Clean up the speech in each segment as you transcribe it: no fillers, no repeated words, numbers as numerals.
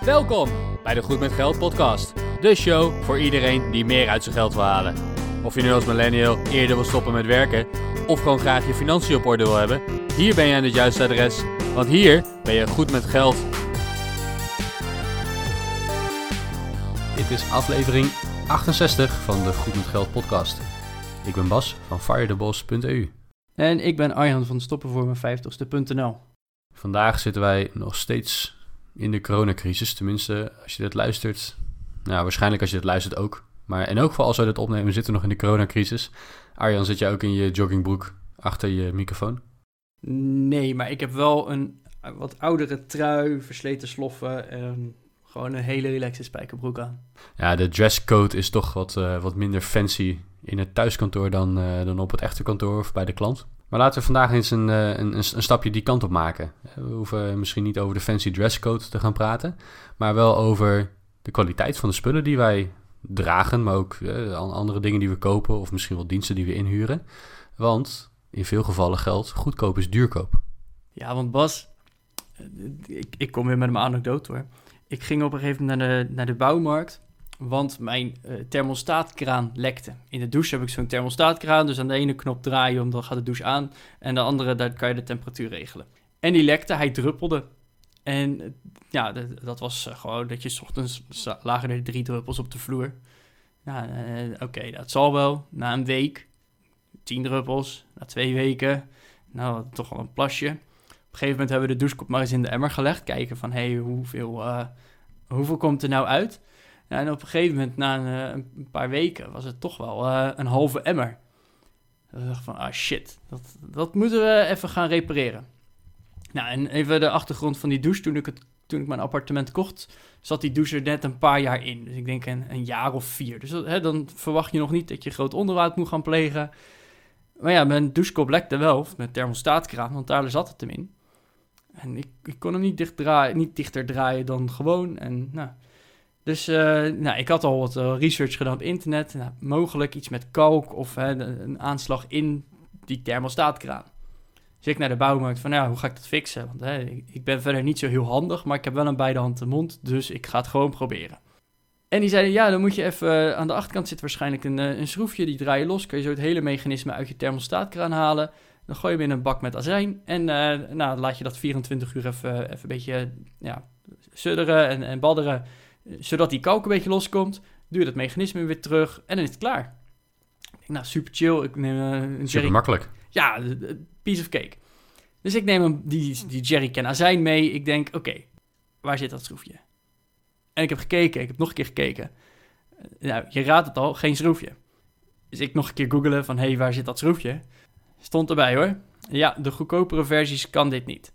Welkom bij de Goed met Geld podcast. De show voor iedereen die meer uit zijn geld wil halen. Of je nu als millennial eerder wil stoppen met werken of gewoon graag je financiën op orde wil hebben, hier ben je aan het juiste adres, want hier ben je goed met geld. Dit is aflevering 68 van de Goed met Geld podcast. Ik ben Bas van firetheboss.eu. En ik ben Arjan van stoppenvoormijn50ste.nl. Vandaag zitten wij nog steeds in de coronacrisis. Tenminste, als je dit luistert. Nou, waarschijnlijk als je dit luistert ook. Maar in elk geval, als wij dit opnemen, zitten we nog in de coronacrisis. Arjan, zit jij ook in je joggingbroek achter je microfoon? Nee, maar ik heb wel een wat oudere trui, versleten sloffen en gewoon een hele relaxe spijkerbroek aan. Ja, de dresscode is toch wat minder fancy in het thuiskantoor dan op het echte kantoor of bij de klant. Maar laten we vandaag eens een stapje die kant op maken. We hoeven misschien niet over de fancy dresscode te gaan praten, maar wel over de kwaliteit van de spullen die wij dragen, maar ook andere dingen die we kopen of misschien wel diensten die we inhuren. Want in veel gevallen geldt, goedkoop is duurkoop. Ja, want Bas, ik kom weer met mijn anekdote hoor. Ik ging op een gegeven moment naar de bouwmarkt, want mijn thermostaatkraan lekte. In de douche heb ik zo'n thermostaatkraan, dus aan de ene knop draai je om, dan gaat de douche aan. En de andere, daar kan je de temperatuur regelen. En die lekte, hij druppelde. En ja, dat was gewoon dat je 's ochtends lagen er 3 druppels op de vloer. Nou, oké, dat zal wel. Na een week, 10 druppels. Na 2 weken, nou, toch wel een plasje. Op een gegeven moment hebben we de douchekop maar eens in de emmer gelegd. Kijken van, hoeveel komt er nou uit? Ja, en op een gegeven moment, na een paar weken, was het toch wel een halve emmer. Dan dacht ik van, shit, dat moeten we even gaan repareren. Nou, en even de achtergrond van die douche. Toen ik mijn appartement kocht, zat die douche er net een paar jaar in. Dus ik denk een jaar of 4. Dus dan verwacht je nog niet dat je groot onderhoud moet gaan plegen. Maar ja, mijn douchekop lekte wel, of mijn thermostaatkraan, want daar zat het hem in. En ik kon hem niet dichter draaien dan gewoon. En nou... Dus ik had al wat research gedaan op internet. Nou, mogelijk iets met kalk of een aanslag in die thermostaatkraan. Dus ik naar de bouwmarkt van, hoe ga ik dat fixen? Want ik ben verder niet zo heel handig, maar ik heb wel een beide hand de mond, dus ik ga het gewoon proberen. En die zeiden, dan moet je even, aan de achterkant zit waarschijnlijk een schroefje, die draai je los. Kun je zo het hele mechanisme uit je thermostaatkraan halen. Dan gooi je hem in een bak met azijn en laat je dat 24 uur even een beetje sudderen en badderen. Zodat die kalk een beetje loskomt, doe je dat mechanisme weer terug en dan is het klaar. Ik denk, super chill. Ik neem een Super makkelijk. Ja, piece of cake. Dus ik neem die jerrycan azijn mee. Ik denk, oké, waar zit dat schroefje? En ik heb nog een keer gekeken. Nou, je raadt het al, geen schroefje. Dus ik nog een keer googelen van, waar zit dat schroefje? Stond erbij hoor. Ja, de goedkopere versies kan dit niet.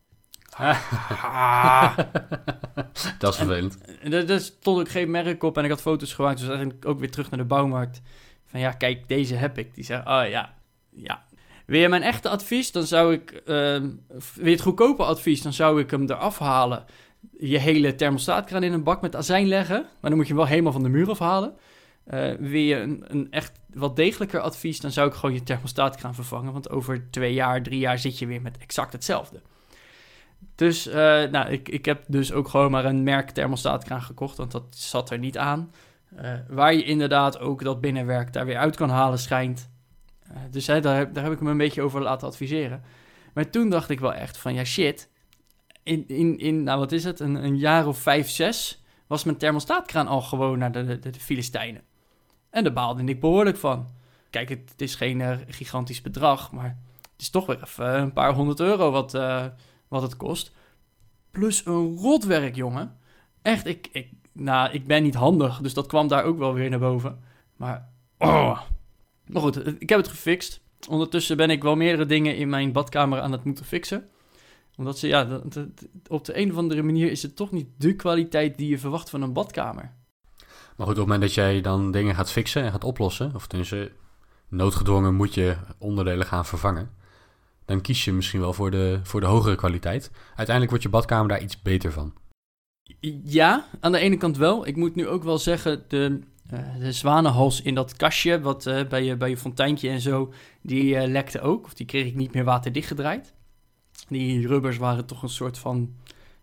Dat is vervelend. Er stond ook geen merk op en ik had foto's gemaakt. Dus eigenlijk ook weer terug naar de bouwmarkt. Van kijk, deze heb ik. Die zei, ja. Wil je mijn echte advies, dan zou ik... wil je het goedkope advies, dan zou ik hem eraf halen. Je hele thermostaatkraan in een bak met azijn leggen. Maar dan moet je hem wel helemaal van de muur afhalen. Wil je een echt wat degelijker advies, dan zou ik gewoon je thermostaatkraan vervangen. Want over 2 jaar, 3 jaar zit je weer met exact hetzelfde. Dus ik heb dus ook gewoon maar een merk thermostaatkraan gekocht, want dat zat er niet aan. Waar je inderdaad ook dat binnenwerk daar weer uit kan halen schijnt. Dus daar heb ik me een beetje over laten adviseren. Maar toen dacht ik wel echt van, shit. Wat is het, een jaar of 5, 6 was mijn thermostaatkraan al gewoon naar de Filistijnen. En daar baalde ik behoorlijk van. Kijk, het is geen gigantisch bedrag, maar het is toch weer even een paar €100 wat het kost. Plus een rotwerk, jongen. Echt, ik ben niet handig, dus dat kwam daar ook wel weer naar boven. Maar goed, ik heb het gefixt. Ondertussen ben ik wel meerdere dingen in mijn badkamer aan het moeten fixen. Omdat op de een of andere manier is het toch niet de kwaliteit die je verwacht van een badkamer. Maar goed, op het moment dat jij dan dingen gaat fixen en gaat oplossen, of tenminste noodgedwongen moet je onderdelen gaan vervangen, dan kies je misschien wel voor de hogere kwaliteit. Uiteindelijk wordt je badkamer daar iets beter van. Ja, aan de ene kant wel. Ik moet nu ook wel zeggen, de zwanenhals in dat kastje, wat bij je fonteintje en zo, die lekte ook. Of die kreeg ik niet meer waterdicht gedraaid. Die rubbers waren toch een soort van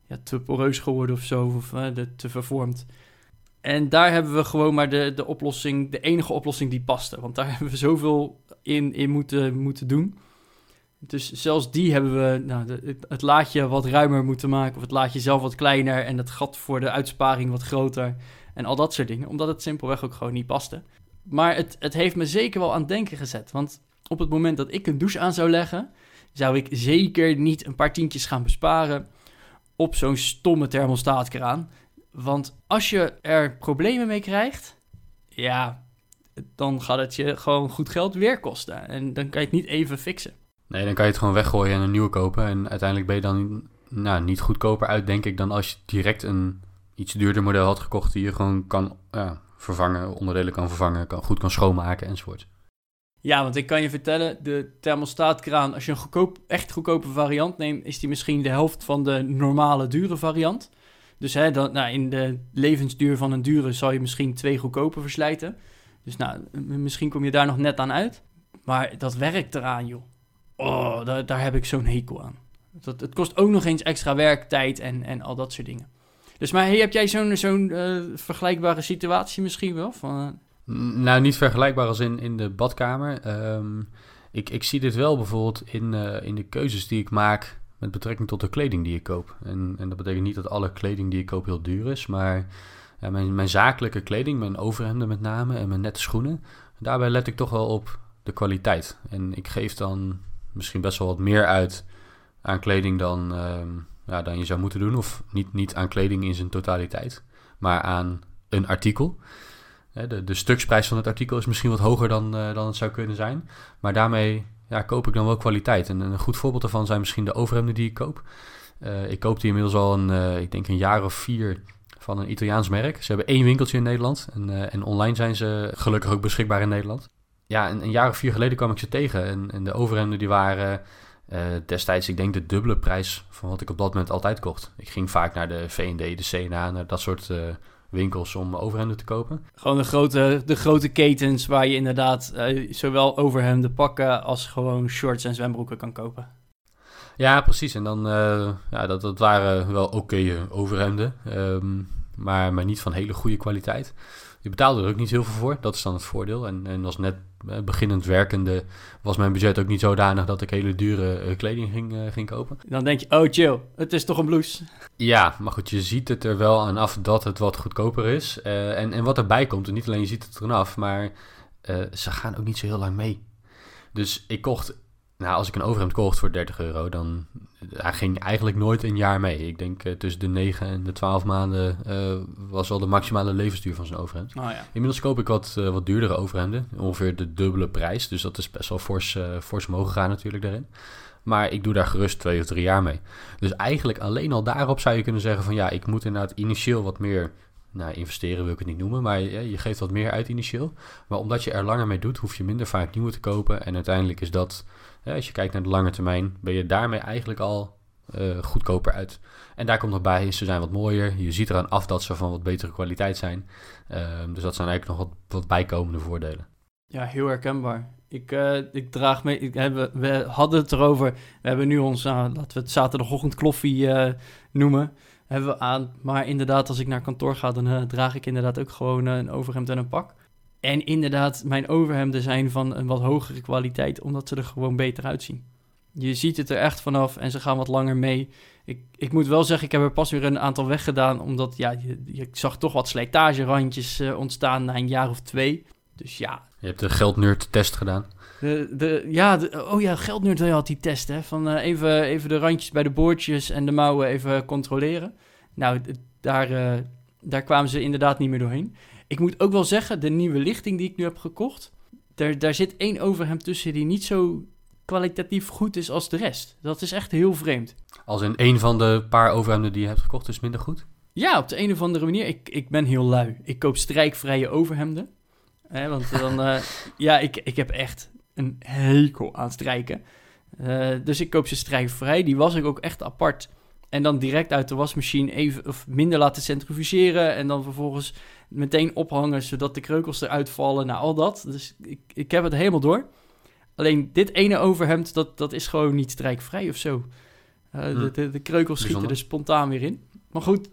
te poreus geworden of zo, of te vervormd. En daar hebben we gewoon maar de oplossing, de enige oplossing die paste. Want daar hebben we zoveel in moeten doen. Dus zelfs die hebben we het laadje wat ruimer moeten maken, of het laadje zelf wat kleiner en het gat voor de uitsparing wat groter en al dat soort dingen. Omdat het simpelweg ook gewoon niet paste. Maar het heeft me zeker wel aan het denken gezet. Want op het moment dat ik een douche aan zou leggen, zou ik zeker niet een paar tientjes gaan besparen op zo'n stomme thermostaatkraan. Want als je er problemen mee krijgt, ja, dan gaat het je gewoon goed geld weer kosten. En dan kan je het niet even fixen. Nee, dan kan je het gewoon weggooien en een nieuwe kopen. En uiteindelijk ben je dan niet goedkoper uit, denk ik, dan als je direct een iets duurder model had gekocht die je gewoon kan vervangen, onderdelen kan vervangen, goed kan schoonmaken enzovoort. Ja, want ik kan je vertellen, de thermostaatkraan, als je een echt goedkope variant neemt, is die misschien de helft van de normale dure variant. Dus in de levensduur van een dure zal je misschien 2 goedkope verslijten. Dus misschien kom je daar nog net aan uit. Maar dat werkt eraan, joh. Oh, daar heb ik zo'n hekel aan. Het kost ook nog eens extra werktijd en al dat soort dingen. Dus maar heb jij zo'n vergelijkbare situatie misschien wel? Nou, niet vergelijkbaar als in de badkamer. Ik zie dit wel bijvoorbeeld in de keuzes die ik maak met betrekking tot de kleding die ik koop. En dat betekent niet dat alle kleding die ik koop heel duur is, maar mijn zakelijke kleding, mijn overhemden met name en mijn nette schoenen, daarbij let ik toch wel op de kwaliteit. En ik geef dan misschien best wel wat meer uit aan kleding dan je zou moeten doen. Of niet aan kleding in zijn totaliteit, maar aan een artikel. De stuksprijs van het artikel is misschien wat hoger dan het zou kunnen zijn. Maar daarmee koop ik dan wel kwaliteit. En een goed voorbeeld daarvan zijn misschien de overhemden die ik koop. Ik koop die inmiddels al een jaar of 4 van een Italiaans merk. Ze hebben 1 winkeltje in Nederland. En online zijn ze gelukkig ook beschikbaar in Nederland. Ja, een jaar of 4 geleden kwam ik ze tegen. En de overhemden die waren destijds, ik denk, de dubbele prijs van wat ik op dat moment altijd kocht. Ik ging vaak naar de V&D, de C&A, naar dat soort winkels om overhemden te kopen. Gewoon de grote ketens waar je inderdaad zowel overhemden, pakken als gewoon shorts en zwembroeken kan kopen. Ja, precies. En dan, dat waren wel oké overhemden, maar niet van hele goede kwaliteit. Je betaalde er ook niet heel veel voor, dat is dan het voordeel. En als net beginnend werkende was mijn budget ook niet zodanig dat ik hele dure kleding ging kopen. Dan denk je, oh chill, het is toch een blouse? Ja, maar goed, je ziet het er wel aan af dat het wat goedkoper is. En wat erbij komt, en niet alleen je ziet het eraan af, maar ze gaan ook niet zo heel lang mee. Dus ik kocht, als ik een overhemd kocht voor €30, dan ging eigenlijk nooit een jaar mee. Ik denk tussen de 9 en de 12 maanden was al de maximale levensduur van zo'n overhemd. Oh, ja. Inmiddels koop ik wat duurdere overhemden, ongeveer de dubbele prijs. Dus dat is best wel fors mogen gaan natuurlijk daarin. Maar ik doe daar gerust 2 of 3 jaar mee. Dus eigenlijk alleen al daarop zou je kunnen zeggen van ik moet inderdaad initieel wat meer investeren wil ik het niet noemen, maar je geeft wat meer uit initieel. Maar omdat je er langer mee doet, hoef je minder vaak nieuwe te kopen. En uiteindelijk is dat, als je kijkt naar de lange termijn, ben je daarmee eigenlijk al goedkoper uit. En daar komt nog bij, ze zijn wat mooier. Je ziet eraan af dat ze van wat betere kwaliteit zijn. Dus dat zijn eigenlijk nog wat bijkomende voordelen. Ja, heel herkenbaar. Ik draag mee. We hadden het erover. We hebben nu ons, laten we het zaterdagochtend kloffie noemen. Hebben we aan. Maar inderdaad, als ik naar kantoor ga, dan draag ik inderdaad ook gewoon een overhemd en een pak. En inderdaad, mijn overhemden zijn van een wat hogere kwaliteit, omdat ze er gewoon beter uitzien. Je ziet het er echt vanaf en ze gaan wat langer mee. Ik moet wel zeggen, ik heb er pas weer een aantal weggedaan, omdat je zag toch wat slijtagerandjes ontstaan na een jaar of 2. Dus ja. Je hebt de Geldnerd-test gedaan. Geldnerd had die test, hè. Van even de randjes bij de boordjes en de mouwen even controleren. Nou, daar kwamen ze inderdaad niet meer doorheen. Ik moet ook wel zeggen, de nieuwe lichting die ik nu heb gekocht, daar zit 1 overhemd tussen die niet zo kwalitatief goed is als de rest. Dat is echt heel vreemd. Als in 1 van de paar overhemden die je hebt gekocht is minder goed? Ja, op de een of andere manier. Ik ben heel lui. Ik koop strijkvrije overhemden. Want dan, ik heb echt een hekel aan strijken. Dus ik koop ze strijkvrij. Die was ik ook echt apart. En dan direct uit de wasmachine even of minder laten centrifugeren. En dan vervolgens meteen ophangen, zodat de kreukels eruit vallen. Nou, al dat. Dus ik heb het helemaal door. Alleen dit ene overhemd, dat is gewoon niet strijkvrij of zo. De kreukels schieten Bijzonder. er spontaan weer in. Maar goed,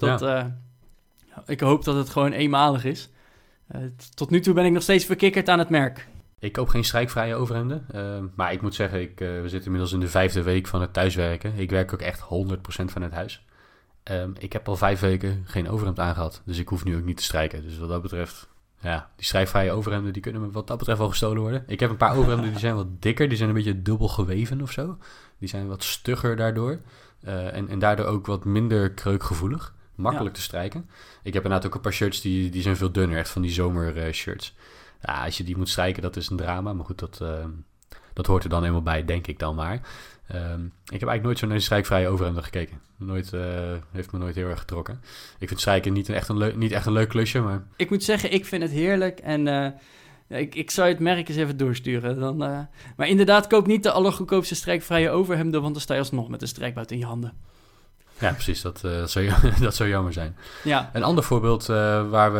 ik hoop dat het gewoon eenmalig is. Tot nu toe ben ik nog steeds verkikkerd aan het merk. Ik koop geen strijkvrije overhemden. Maar ik moet zeggen, we zitten inmiddels in de 5e week van het thuiswerken. Ik werk ook echt 100% vanuit huis. Ik heb al 5 weken geen overhemd aangehad. Dus ik hoef nu ook niet te strijken. Dus wat dat betreft, ja, die strijkvrije overhemden, die kunnen me wat dat betreft wel gestolen worden. Ik heb een paar overhemden die zijn wat dikker. Die zijn een beetje dubbel geweven of zo. Die zijn wat stugger daardoor. En daardoor ook wat minder kreukgevoelig. Makkelijk te strijken. Ik heb inderdaad ook een paar shirts die zijn veel dunner. Echt van die zomershirts. Ja, als je die moet strijken, dat is een drama. Maar goed, dat hoort er dan eenmaal bij, denk ik dan maar. Ik heb eigenlijk nooit zo naar die strijkvrije overhemden gekeken. Heeft me nooit heel erg getrokken. Ik vind strijken niet echt een leuk klusje, maar... Ik moet zeggen, ik vind het heerlijk en ik zou het merk eens even doorsturen. Maar inderdaad, koop niet de allergoedkoopste strijkvrije overhemden, want dan sta je alsnog met een strijkbout in je handen. Ja, precies. Dat zou jammer zijn. Ja. Een ander voorbeeld waar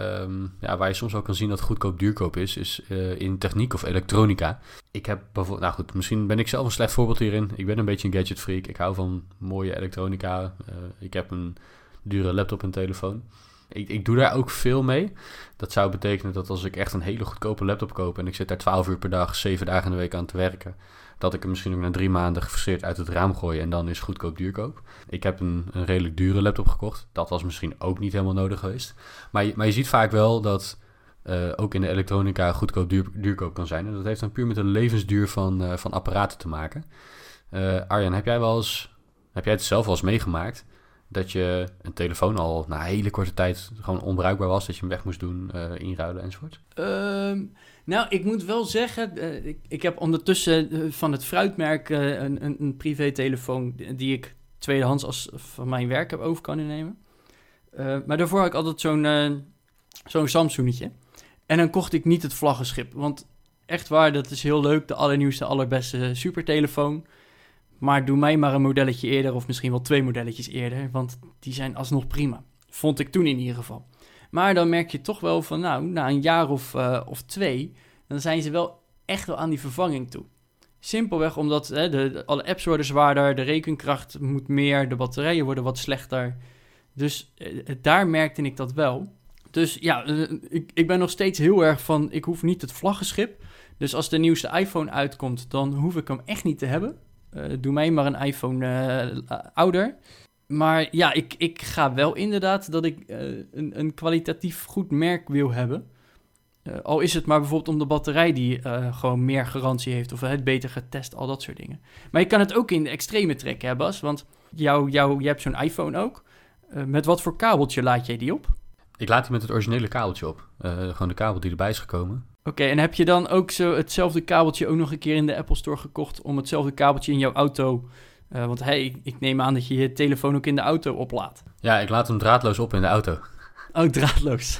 je soms ook kan zien dat goedkoop duurkoop is in techniek of elektronica. Ik heb bijvoorbeeld, nou goed, misschien ben ik zelf een slecht voorbeeld hierin. Ik ben een beetje een gadgetfreak. Ik hou van mooie elektronica. Ik heb een dure laptop en telefoon. Ik doe daar ook veel mee. Dat zou betekenen dat als ik echt een hele goedkope laptop koop en ik zit daar 12 uur per dag, 7 dagen in de week aan te werken, dat ik hem misschien ook na 3 maanden gefrustreerd uit het raam gooi en dan is goedkoop duurkoop. Ik heb een redelijk dure laptop gekocht. Dat was misschien ook niet helemaal nodig geweest. Maar je ziet vaak wel dat ook in de elektronica goedkoop duurkoop kan zijn. En dat heeft dan puur met de levensduur van apparaten te maken. Arjan, heb jij het zelf wel eens meegemaakt dat je een telefoon al na een hele korte tijd gewoon onbruikbaar was, dat je hem weg moest doen, inruilen enzovoort? Nou, ik moet wel zeggen, ik heb ondertussen van het fruitmerk een privé-telefoon die ik tweedehands als van mijn werk heb over kan innemen. Maar daarvoor had ik altijd zo'n Samsungetje. En dan kocht ik niet het vlaggenschip, want echt waar, dat is heel leuk, de allernieuwste, allerbeste supertelefoon. Maar doe mij maar een modelletje eerder of misschien wel 2 modelletjes eerder, want die zijn alsnog prima. Vond ik toen in ieder geval. Maar dan merk je toch wel van, nou, na een jaar of 2, dan zijn ze wel echt wel aan die vervanging toe. Simpelweg omdat alle apps worden zwaarder, de rekenkracht moet meer, de batterijen worden wat slechter. Dus daar merkte ik dat wel. Dus ja, ik ben nog steeds heel erg van, ik hoef niet het vlaggenschip. Dus als de nieuwste iPhone uitkomt, dan hoef ik hem echt niet te hebben. Doe mij maar een iPhone ouder. Maar ja, ik ga wel inderdaad dat ik een kwalitatief goed merk wil hebben. Al is het maar bijvoorbeeld om de batterij die gewoon meer garantie heeft of het beter getest, al dat soort dingen. Maar je kan het ook in de extreme trekken, hè Bas? Want je hebt zo'n iPhone ook. Met wat voor kabeltje laat jij die op? Ik laat die met het originele kabeltje op. Gewoon de kabel die erbij is gekomen. Oké, en heb je dan ook zo hetzelfde kabeltje ook nog een keer in de Apple Store gekocht om hetzelfde kabeltje in jouw auto? Want ik neem aan dat je je telefoon ook in de auto oplaadt. Ja, ik laat hem draadloos op in de auto. Oh, draadloos.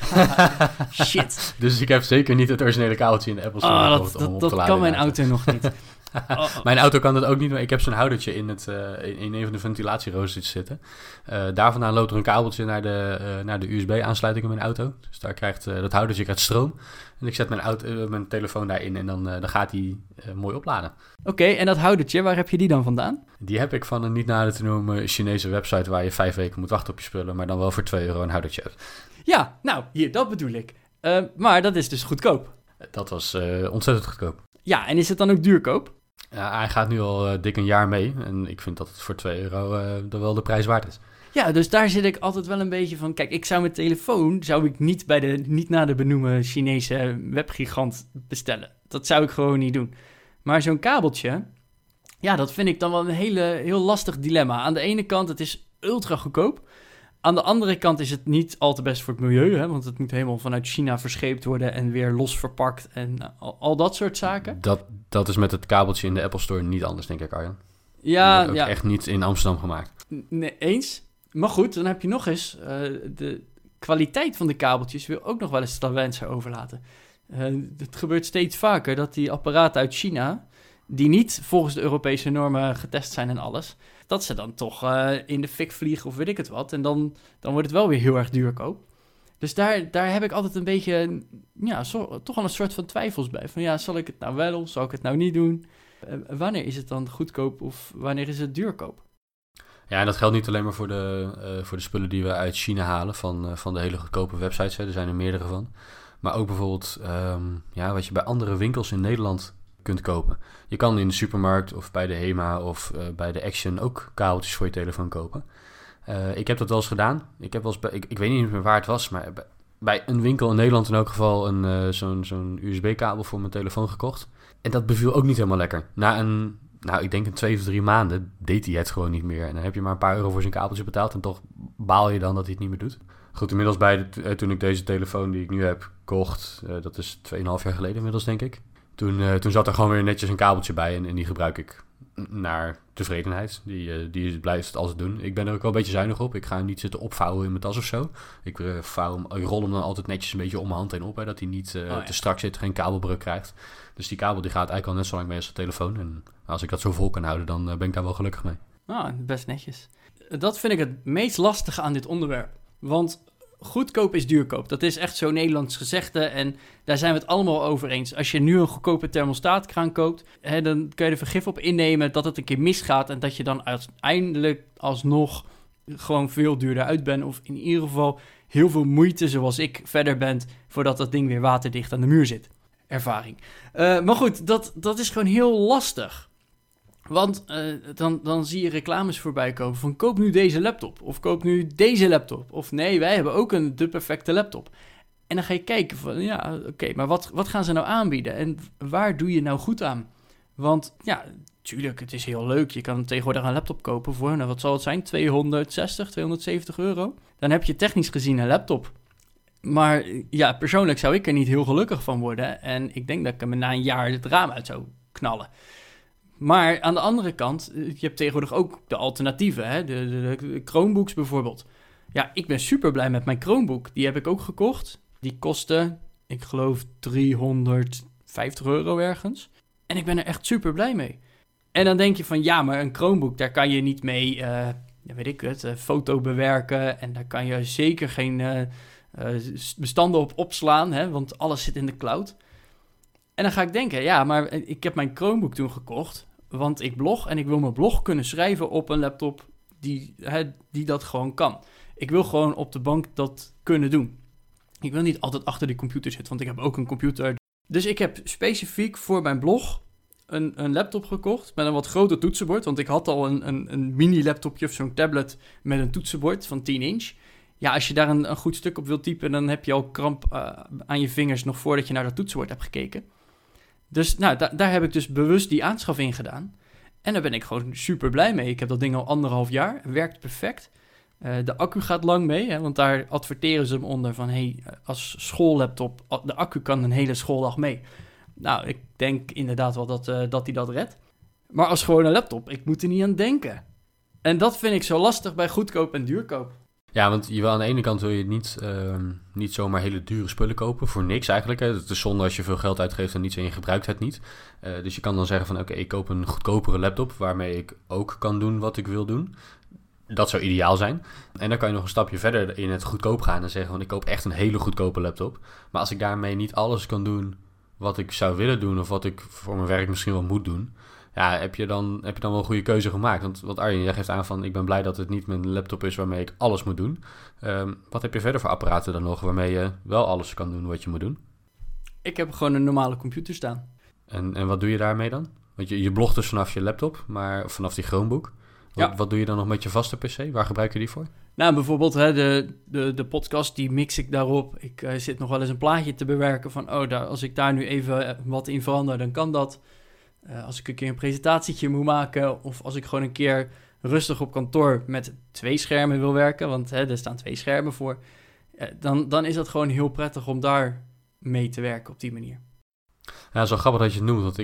Shit. Dus ik heb zeker niet het originele kabeltje in de Apple Store gekocht om op te laden. Dat kan mijn auto nog niet. Mijn auto kan dat ook niet, maar ik heb zo'n houdertje in een van de ventilatieroosters zitten. Daar vandaan loopt er een kabeltje naar de USB-aansluiting in mijn auto. Dus daar krijgt dat houdertje stroom. En ik zet mijn telefoon daarin en dan gaat die mooi opladen. Oké, en dat houdertje, waar heb je die dan vandaan? Die heb ik van een niet nader te noemen Chinese website waar je 5 weken moet wachten op je spullen, maar dan wel voor €2 een houdertje hebt. Ja, nou, hier, dat bedoel ik. Maar dat is dus goedkoop. Dat was ontzettend goedkoop. Ja, en is het dan ook duurkoop? Hij gaat nu al dik een jaar mee en ik vind dat het voor €2 er wel de prijs waard is. Ja, dus daar zit ik altijd wel een beetje van. Kijk, ik zou mijn telefoon niet bij de niet nader benoemen Chinese webgigant bestellen. Dat zou ik gewoon niet doen. Maar zo'n kabeltje, ja, dat vind ik dan wel een heel lastig dilemma. Aan de ene kant, het is ultra goedkoop. Aan de andere kant is het niet al te best voor het milieu, hè, want het moet helemaal vanuit China verscheept worden en weer los verpakt en al dat soort zaken. Dat is met het kabeltje in de Apple Store niet anders, denk ik, Arjan. Ja, dat wordt ook echt niet in Amsterdam gemaakt. Nee, eens. Maar goed, dan heb je nog eens de kwaliteit van de kabeltjes wil ook nog wel eens te wensen overlaten. Het gebeurt steeds vaker dat die apparaten uit China, die niet volgens de Europese normen getest zijn en alles, dat ze dan toch in de fik vliegen of weet ik het wat. En dan wordt het wel weer heel erg duurkoop. Dus daar heb ik altijd een beetje, ja, toch al een soort van twijfels bij. Van ja, zal ik het nou wel of zal ik het nou niet doen? Wanneer is het dan goedkoop of wanneer is het duurkoop? Ja, en dat geldt niet alleen maar voor de spullen die we uit China halen van de hele goedkope websites. Hè. Er zijn er meerdere van. Maar ook bijvoorbeeld wat je bij andere winkels in Nederland kunt kopen. Je kan in de supermarkt of bij de HEMA of bij de Action ook kabeltjes voor je telefoon kopen. Ik heb dat wel eens gedaan. Ik weet niet meer waar het was, maar bij een winkel in Nederland in elk geval zo'n USB-kabel voor mijn telefoon gekocht. En dat beviel ook niet helemaal lekker. Ik denk een 2 of 3 maanden deed hij het gewoon niet meer. En dan heb je maar een paar euro voor zijn kabeltje betaald en toch baal je dan dat hij het niet meer doet. Goed, inmiddels toen ik deze telefoon die ik nu heb kocht, dat is 2,5 jaar geleden inmiddels denk ik. Toen zat er gewoon weer netjes een kabeltje bij en die gebruik ik naar tevredenheid. Die blijft het altijd doen. Ik ben er ook wel een beetje zuinig op. Ik ga hem niet zitten opvouwen in mijn tas of zo. Ik rol hem dan altijd netjes een beetje om mijn hand heen op, hè, dat hij niet te strak zit, geen kabelbreuk krijgt. Dus die kabel die gaat eigenlijk al net zo lang mee als de telefoon. En als ik dat zo vol kan houden, dan ben ik daar wel gelukkig mee. Best netjes. Dat vind ik het meest lastige aan dit onderwerp. Want goedkoop is duurkoop. Dat is echt zo'n Nederlands gezegde en daar zijn we het allemaal over eens. Als je nu een goedkope thermostaatkraan koopt, dan kun je er vergif op innemen dat het een keer misgaat en dat je dan uiteindelijk alsnog gewoon veel duurder uit bent. Of in ieder geval heel veel moeite, zoals ik, verder bent voordat dat ding weer waterdicht aan de muur zit. Ervaring. Maar goed, dat is gewoon heel lastig. Want dan zie je reclames voorbij komen van koop nu deze laptop. Of koop nu deze laptop. Of nee, wij hebben ook de perfecte laptop. En dan ga je kijken van maar wat gaan ze nou aanbieden? En waar doe je nou goed aan? Want ja, tuurlijk, het is heel leuk. Je kan tegenwoordig een laptop kopen voor, wat zal het zijn? 260, 270 euro. Dan heb je technisch gezien een laptop. Maar ja, persoonlijk zou ik er niet heel gelukkig van worden. En ik denk dat ik hem na een jaar het raam uit zou knallen. Maar aan de andere kant, je hebt tegenwoordig ook de alternatieven, hè? De Chromebooks bijvoorbeeld. Ja, ik ben super blij met mijn Chromebook. Die heb ik ook gekocht. Die kostte, ik geloof, 350 euro ergens. En ik ben er echt super blij mee. En dan denk je van, ja, maar een Chromebook, daar kan je niet mee, foto bewerken. En daar kan je zeker geen bestanden op opslaan, hè? Want alles zit in de cloud. En dan ga ik denken, ja, maar ik heb mijn Chromebook toen gekocht, want ik blog en ik wil mijn blog kunnen schrijven op een laptop die dat gewoon kan. Ik wil gewoon op de bank dat kunnen doen. Ik wil niet altijd achter die computer zitten, want ik heb ook een computer. Dus ik heb specifiek voor mijn blog een laptop gekocht met een wat groter toetsenbord, want ik had al een mini-laptopje of zo'n tablet met een toetsenbord van 10 inch. Ja, als je daar een goed stuk op wilt typen, dan heb je al kramp aan je vingers nog voordat je naar dat toetsenbord hebt gekeken. Dus daar heb ik dus bewust die aanschaf in gedaan. En daar ben ik gewoon super blij mee. Ik heb dat ding al 1,5 jaar. Werkt perfect. De accu gaat lang mee, hè, want daar adverteren ze hem onder van als schoollaptop, de accu kan een hele schooldag mee. Nou, ik denk inderdaad wel dat hij dat redt. Maar als gewone laptop, ik moet er niet aan denken. En dat vind ik zo lastig bij goedkoop en duurkoop. Ja, want aan de ene kant wil je niet zomaar hele dure spullen kopen voor niks eigenlijk. Hè. Het is zonde als je veel geld uitgeeft en niets en je gebruikt het niet. Dus je kan dan zeggen van oké, ik koop een goedkopere laptop waarmee ik ook kan doen wat ik wil doen. Dat zou ideaal zijn. En dan kan je nog een stapje verder in het goedkoop gaan en zeggen van ik koop echt een hele goedkope laptop. Maar als ik daarmee niet alles kan doen wat ik zou willen doen of wat ik voor mijn werk misschien wel moet doen, ja, heb je dan wel een goede keuze gemaakt? Want Arjen, jij geeft aan van ik ben blij dat het niet mijn laptop is waarmee ik alles moet doen. Wat heb je verder voor apparaten dan nog waarmee je wel alles kan doen wat je moet doen? Ik heb gewoon een normale computer staan. En wat doe je daarmee dan? Want je blogt dus vanaf je laptop, maar vanaf die Chromebook. Wat doe je dan nog met je vaste PC? Waar gebruik je die voor? Nou, bijvoorbeeld de podcast, die mix ik daarop. Ik zit nog wel eens een plaatje te bewerken van als ik daar nu even wat in verander, dan kan dat. Als ik een keer een presentatietje moet maken of als ik gewoon een keer rustig op kantoor met 2 schermen wil werken, want er staan 2 schermen voor, dan is dat gewoon heel prettig om daar mee te werken op die manier. Ja, het is wel grappig dat je het noemt, want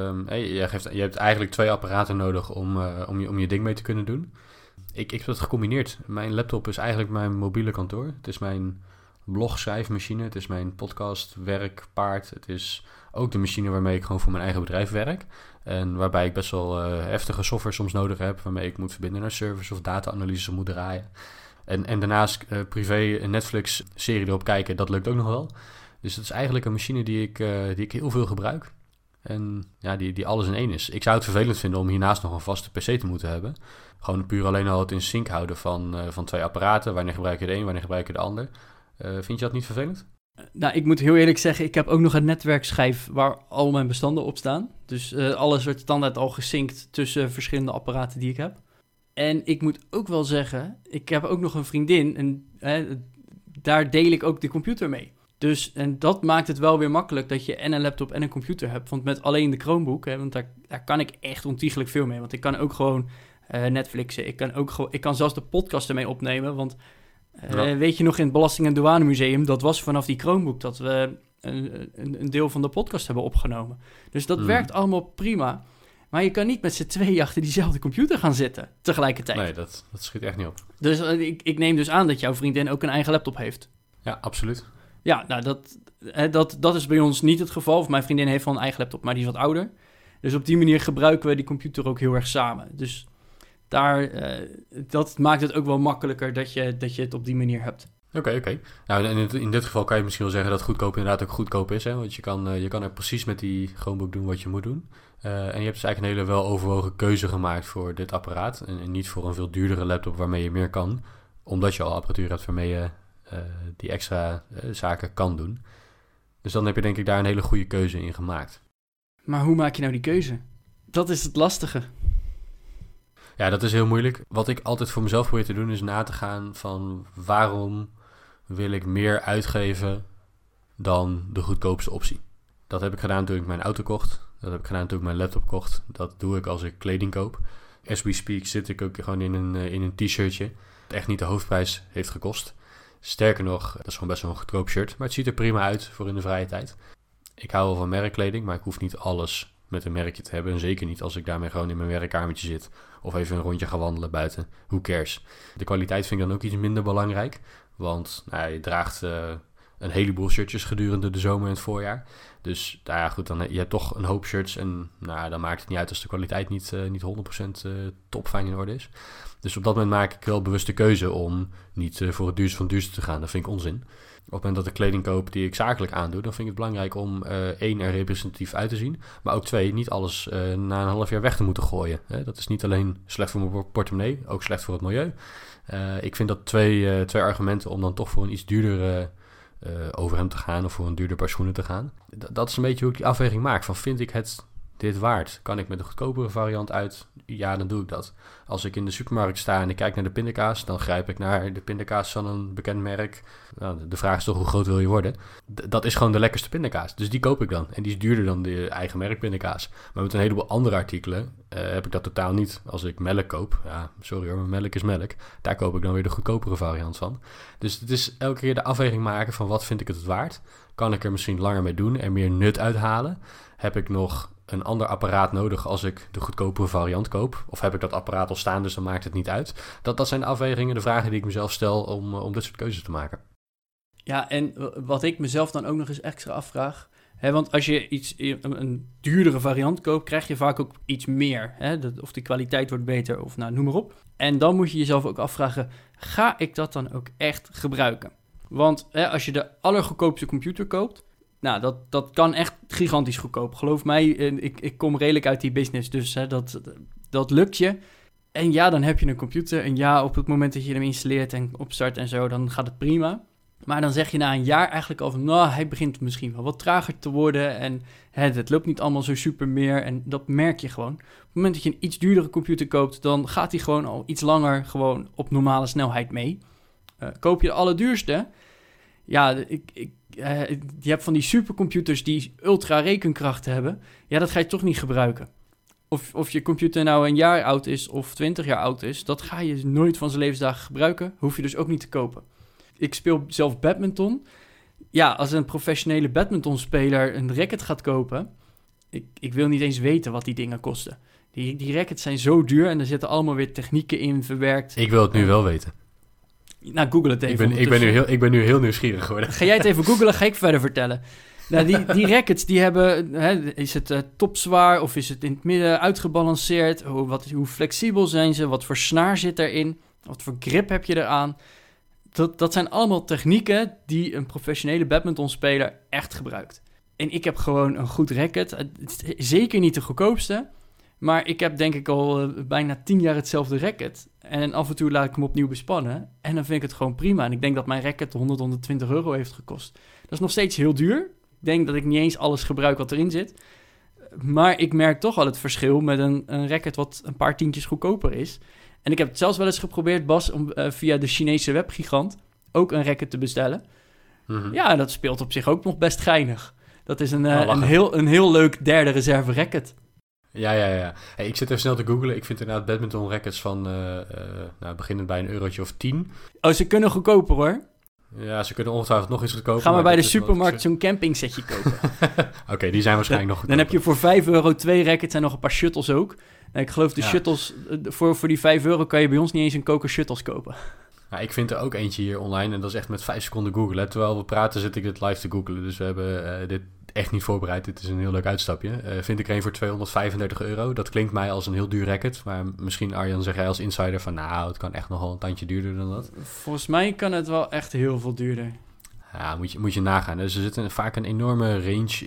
je hebt eigenlijk 2 apparaten nodig om je ding mee te kunnen doen. Ik heb het gecombineerd. Mijn laptop is eigenlijk mijn mobiele kantoor. Het is mijn blogschrijfmachine, het is mijn podcast werkpaard, het is ook de machine waarmee ik gewoon voor mijn eigen bedrijf werk. En waarbij ik best wel heftige software soms nodig heb, waarmee ik moet verbinden naar servers of data-analyses moet draaien. En daarnaast privé een Netflix-serie erop kijken, dat lukt ook nog wel. Dus het is eigenlijk een machine die ik heel veel gebruik. En ja, die alles in één is. Ik zou het vervelend vinden om hiernaast nog een vaste PC te moeten hebben. Gewoon puur alleen al het in sync houden van 2 apparaten. Wanneer gebruik je de een, wanneer gebruik je de ander. Vind je dat niet vervelend? Nou, ik moet heel eerlijk zeggen, ik heb ook nog een netwerkschijf waar al mijn bestanden op staan. Dus alles wordt standaard al gesynct tussen verschillende apparaten die ik heb. En ik moet ook wel zeggen, ik heb ook nog een vriendin en daar deel ik ook de computer mee. Dus, en dat maakt het wel weer makkelijk dat je en een laptop en een computer hebt. Want met alleen de Chromebook, want daar kan ik echt ontiegelijk veel mee. Want ik kan ook gewoon Netflixen, ik kan zelfs de podcast ermee opnemen. Want weet je nog, in het Belasting- en Douanemuseum, dat was vanaf die Chromebook dat we een deel van de podcast hebben opgenomen. Dus dat werkt allemaal prima. Maar je kan niet met z'n tweeën achter diezelfde computer gaan zitten tegelijkertijd. Nee, dat schiet echt niet op. Dus ik neem dus aan dat jouw vriendin ook een eigen laptop heeft. Ja, absoluut. Ja, nou, dat is bij ons niet het geval. Of mijn vriendin heeft wel een eigen laptop, maar die is wat ouder. Dus op die manier gebruiken we die computer ook heel erg samen. Dus dat maakt het ook wel makkelijker dat je het op die manier hebt. Oké. Nou, in dit geval kan je misschien wel zeggen dat goedkoop inderdaad ook goedkoop is. Hè? Want je kan er precies met die Chromebook doen wat je moet doen. En je hebt dus eigenlijk een hele weloverwogen keuze gemaakt voor dit apparaat. En niet voor een veel duurdere laptop waarmee je meer kan. Omdat je al apparatuur hebt waarmee je die extra zaken kan doen. Dus dan heb je denk ik daar een hele goede keuze in gemaakt. Maar hoe maak je nou die keuze? Dat is het lastige. Ja, dat is heel moeilijk. Wat ik altijd voor mezelf probeer te doen is na te gaan van waarom wil ik meer uitgeven dan de goedkoopste optie. Dat heb ik gedaan toen ik mijn auto kocht. Dat heb ik gedaan toen ik mijn laptop kocht. Dat doe ik als ik kleding koop. As we speak zit ik ook gewoon in een t-shirtje. Het echt niet de hoofdprijs heeft gekost. Sterker nog, dat is gewoon best wel een goedkoop shirt. Maar het ziet er prima uit voor in de vrije tijd. Ik hou wel van merkkleding, maar ik hoef niet alles met een merkje te hebben. En zeker niet als ik daarmee gewoon in mijn werkkamertje zit. Of even een rondje ga wandelen buiten. Who cares? De kwaliteit vind ik dan ook iets minder belangrijk. Want je draagt een heleboel shirtjes gedurende de zomer en het voorjaar. Dus goed, je hebt toch een hoop shirts. En dan maakt het niet uit als de kwaliteit niet 100% top fijn in orde is. Dus op dat moment maak ik wel bewust de keuze om niet voor het duurste van het duurste te gaan. Dat vind ik onzin. Op het moment dat ik kleding koop die ik zakelijk aandoe, dan vind ik het belangrijk om 1, er representatief uit te zien. Maar ook 2, niet alles na een half jaar weg te moeten gooien. Dat is niet alleen slecht voor mijn portemonnee, ook slecht voor het milieu. Ik vind dat twee argumenten om dan toch voor een iets duurder overhemd te gaan of voor een duurder paar schoenen te gaan. Dat is een beetje hoe ik die afweging maak. Van vind ik het dit waard? Kan ik met een goedkopere variant uit? Ja, dan doe ik dat. Als ik in de supermarkt sta en ik kijk naar de pindakaas, dan grijp ik naar de pindakaas van een bekend merk. Nou, de vraag is toch, hoe groot wil je worden? Dat is gewoon de lekkerste pindakaas. Dus die koop ik dan. En die is duurder dan de eigen merk pindakaas. Maar met een heleboel andere artikelen heb ik dat totaal niet. Als ik melk koop, ja, sorry hoor, maar melk is melk. Daar koop ik dan weer de goedkopere variant van. Dus het is elke keer de afweging maken van wat vind ik het waard? Kan ik er misschien langer mee doen en meer nut uithalen? Heb ik nog een ander apparaat nodig als ik de goedkopere variant koop? Of heb ik dat apparaat al staan, dus dan maakt het niet uit? Dat zijn de afwegingen, de vragen die ik mezelf stel om dit soort keuzes te maken. Ja, en wat ik mezelf dan ook nog eens extra afvraag, want als je een duurdere variant koopt, krijg je vaak ook iets meer. Of de kwaliteit wordt beter, of noem maar op. En dan moet je jezelf ook afvragen, ga ik dat dan ook echt gebruiken? Want als je de allergoedkoopste computer koopt, dat kan echt gigantisch goedkoop. Geloof mij, ik kom redelijk uit die business, dus dat lukt je. En ja, dan heb je een computer. En ja, op het moment dat je hem installeert en opstart en zo, dan gaat het prima. Maar dan zeg je na een jaar eigenlijk al van, hij begint misschien wel wat trager te worden. En het loopt niet allemaal zo super meer. En dat merk je gewoon. Op het moment dat je een iets duurdere computer koopt, dan gaat hij gewoon al iets langer gewoon op normale snelheid mee. Koop je de allerduurste, ja, je hebt van die supercomputers die ultra rekenkracht hebben. Ja, dat ga je toch niet gebruiken. Of je computer nou een jaar oud is of 20 jaar oud is, dat ga je nooit van zijn levensdagen gebruiken. Hoef je dus ook niet te kopen. Ik speel zelf badminton. Ja, als een professionele badmintonspeler een racket gaat kopen, ik wil niet eens weten wat die dingen kosten. Die rackets zijn zo duur en er zitten allemaal weer technieken in verwerkt. Ik wil het nu wel weten. Nou, google het even. Ik ben nu heel nieuwsgierig geworden. Ga jij het even googlen, ga ik verder vertellen. Nou, die rackets, die hebben, is het topzwaar of is het in het midden uitgebalanceerd? Hoe flexibel zijn ze? Wat voor snaar zit erin? Wat voor grip heb je eraan? Dat zijn allemaal technieken die een professionele badmintonspeler echt gebruikt. En ik heb gewoon een goed racket. Het is zeker niet de goedkoopste. Maar ik heb denk ik al bijna 10 jaar hetzelfde racket. En af en toe laat ik hem opnieuw bespannen. En dan vind ik het gewoon prima. En ik denk dat mijn racket 120 euro heeft gekost. Dat is nog steeds heel duur. Ik denk dat ik niet eens alles gebruik wat erin zit. Maar ik merk toch al het verschil met een racket wat een paar tientjes goedkoper is. En ik heb het zelfs wel eens geprobeerd, Bas, om via de Chinese webgigant ook een racket te bestellen. Mm-hmm. Ja, dat speelt op zich ook nog best geinig. Dat is een heel leuk derde reserve racket. Ja. Hey, ik zit even snel te googlen. Ik vind inderdaad badminton rackets van beginnend bij €1 of 10. Oh, ze kunnen goedkoper hoor. Ja, ze kunnen ongetwijfeld nog iets goedkoper. Ga maar bij de supermarkt zo'n campingsetje kopen. Oké, die zijn waarschijnlijk nog goedkoper. Dan heb je voor €5 2 rackets en nog een paar shuttles ook. En ik geloof de shuttles, voor die €5 kan je bij ons niet eens een koker shuttles kopen. Ja, ik vind er ook eentje hier online en dat is echt met 5 seconden googlen. Terwijl we praten zit ik dit live te googlen. Dus we hebben dit echt niet voorbereid. Dit is een heel leuk uitstapje. Vind ik er een voor €235. Dat klinkt mij als een heel duur racket. Maar misschien, Arjan, zeg jij als insider van... nou, het kan echt nogal een tandje duurder dan dat. Volgens mij kan het wel echt heel veel duurder. Ja, moet je nagaan. Dus er zit vaak een enorme range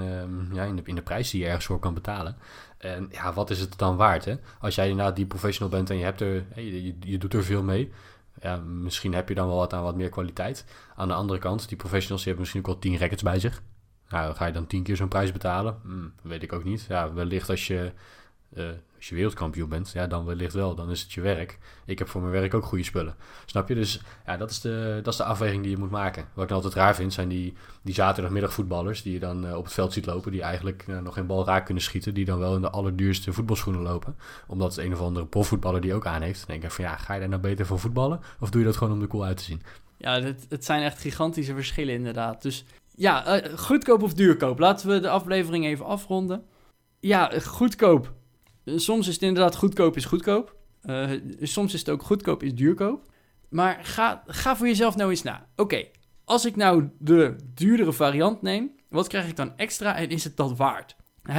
in de prijs die je ergens voor kan betalen. En ja, wat is het dan waard, hè? Als jij inderdaad die professional bent en je hebt je doet er veel mee... ja, misschien heb je dan wel wat aan wat meer kwaliteit. Aan de andere kant, die professionals die hebben misschien ook wel 10 rackets bij zich. Nou, ga je dan 10 keer zo'n prijs betalen? Weet ik ook niet. Ja, wellicht als je wereldkampioen bent, ja, dan wellicht wel. Dan is het je werk. Ik heb voor mijn werk ook goede spullen. Snap je? Dus ja, dat is de afweging die je moet maken. Wat ik altijd raar vind, zijn die zaterdagmiddagvoetballers die je dan op het veld ziet lopen, die eigenlijk nog geen bal raak kunnen schieten, die dan wel in de allerduurste voetbalschoenen lopen. Omdat het een of andere profvoetballer die ook aan heeft. Dan denk ik van ja, ga je daar nou beter voor voetballen? Of doe je dat gewoon om er cool uit te zien? Ja, het zijn echt gigantische verschillen inderdaad. Dus ja, goedkoop of duurkoop? Laten we de aflevering even afronden. Ja, goedkoop. Soms is het inderdaad goedkoop is goedkoop. Soms is het ook goedkoop is duurkoop. Maar ga voor jezelf nou eens na. Oké, als ik nou de duurdere variant neem, wat krijg ik dan extra en is het dat waard?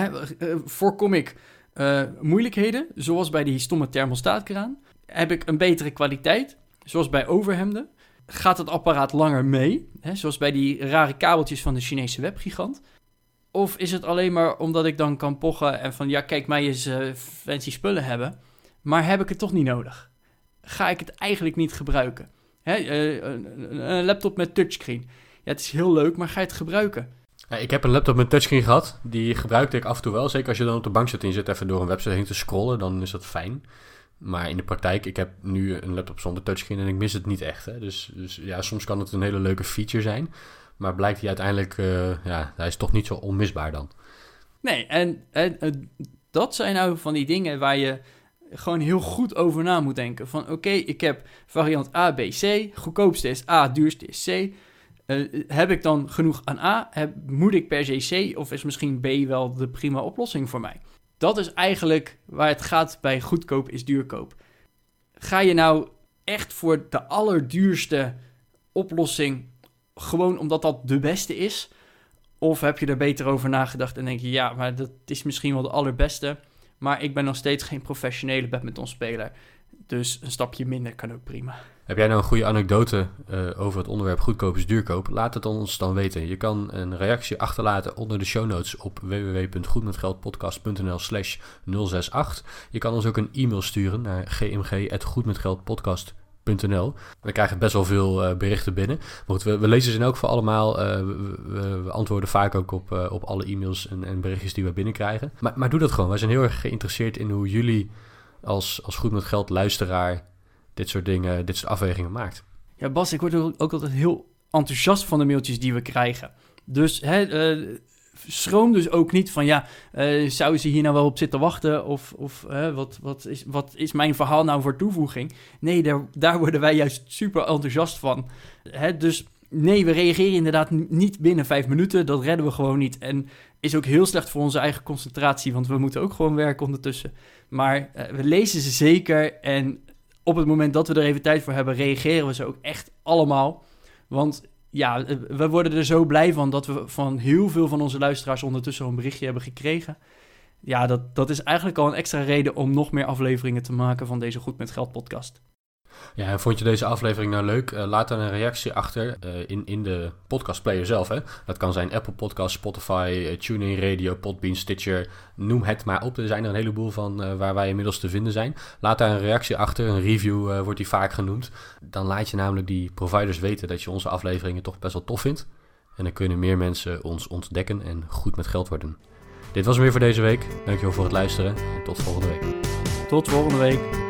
Voorkom ik moeilijkheden, zoals bij die stomme thermostaatkraan? Heb ik een betere kwaliteit, zoals bij overhemden? Gaat het apparaat langer mee, zoals bij die rare kabeltjes van de Chinese webgigant? Of is het alleen maar omdat ik dan kan pochen en van... ja, kijk, mij eens fancy spullen hebben. Maar heb ik het toch niet nodig? Ga ik het eigenlijk niet gebruiken? Een laptop met touchscreen. Ja, het is heel leuk, maar ga je het gebruiken? Ja, ik heb een laptop met touchscreen gehad. Die gebruikte ik af en toe wel. Zeker als je dan op de bank zit en je zit even door een website heen te scrollen. Dan is dat fijn. Maar in de praktijk, ik heb nu een laptop zonder touchscreen en ik mis het niet echt. Hè? Dus ja, soms kan het een hele leuke feature zijn... maar blijkt hij uiteindelijk, hij is toch niet zo onmisbaar dan. Nee, en dat zijn nou van die dingen waar je gewoon heel goed over na moet denken. Van oké, ik heb variant A, B, C. Goedkoopste is A, duurste is C. Heb ik dan genoeg aan A? Moet ik per se C? Of is misschien B wel de prima oplossing voor mij? Dat is eigenlijk waar het gaat bij goedkoop is duurkoop. Ga je nou echt voor de allerduurste oplossing... gewoon omdat dat de beste is? Of heb je er beter over nagedacht en denk je... ja, maar dat is misschien wel de allerbeste... maar ik ben nog steeds geen professionele badmintonspeler. Dus een stapje minder kan ook prima. Heb jij nou een goede anekdote over het onderwerp goedkoop is duurkoop? Laat het ons dan weten. Je kan een reactie achterlaten onder de show notes op www.goedmetgeldpodcast.nl/068. Je kan ons ook een e-mail sturen naar gmg@goedmetgeldpodcast.nl. We krijgen best wel veel berichten binnen. Maar goed, we lezen ze in elk geval allemaal. We antwoorden vaak ook op alle e-mails en berichtjes die we binnenkrijgen. Maar doe dat gewoon. Wij zijn heel erg geïnteresseerd in hoe jullie als Goed Met Geld luisteraar dit soort dingen, dit soort afwegingen maakt. Ja, Bas, ik word ook altijd heel enthousiast van de mailtjes die we krijgen. Dus schroom dus ook niet van zouden ze hier nou wel op zitten wachten? Of wat is mijn verhaal nou voor toevoeging? Nee, daar worden wij juist super enthousiast van. Dus nee, we reageren inderdaad niet binnen 5 minuten. Dat redden we gewoon niet. En is ook heel slecht voor onze eigen concentratie, want we moeten ook gewoon werken ondertussen. Maar we lezen ze zeker en op het moment dat we er even tijd voor hebben, reageren we ze ook echt allemaal. Want ja, we worden er zo blij van dat we van heel veel van onze luisteraars ondertussen een berichtje hebben gekregen. Ja, dat is eigenlijk al een extra reden om nog meer afleveringen te maken van deze Goed Met Geld podcast. Ja, en vond je deze aflevering nou leuk? Laat dan een reactie achter in de podcastplayer zelf. Hè? Dat kan zijn Apple Podcasts, Spotify, TuneIn Radio, Podbean, Stitcher. Noem het maar op. Er zijn er een heleboel van waar wij inmiddels te vinden zijn. Laat daar een reactie achter. Een review wordt die vaak genoemd. Dan laat je namelijk die providers weten dat je onze afleveringen toch best wel tof vindt. En dan kunnen meer mensen ons ontdekken en goed met geld worden. Dit was hem weer voor deze week. Dankjewel voor het luisteren en tot volgende week. Tot volgende week.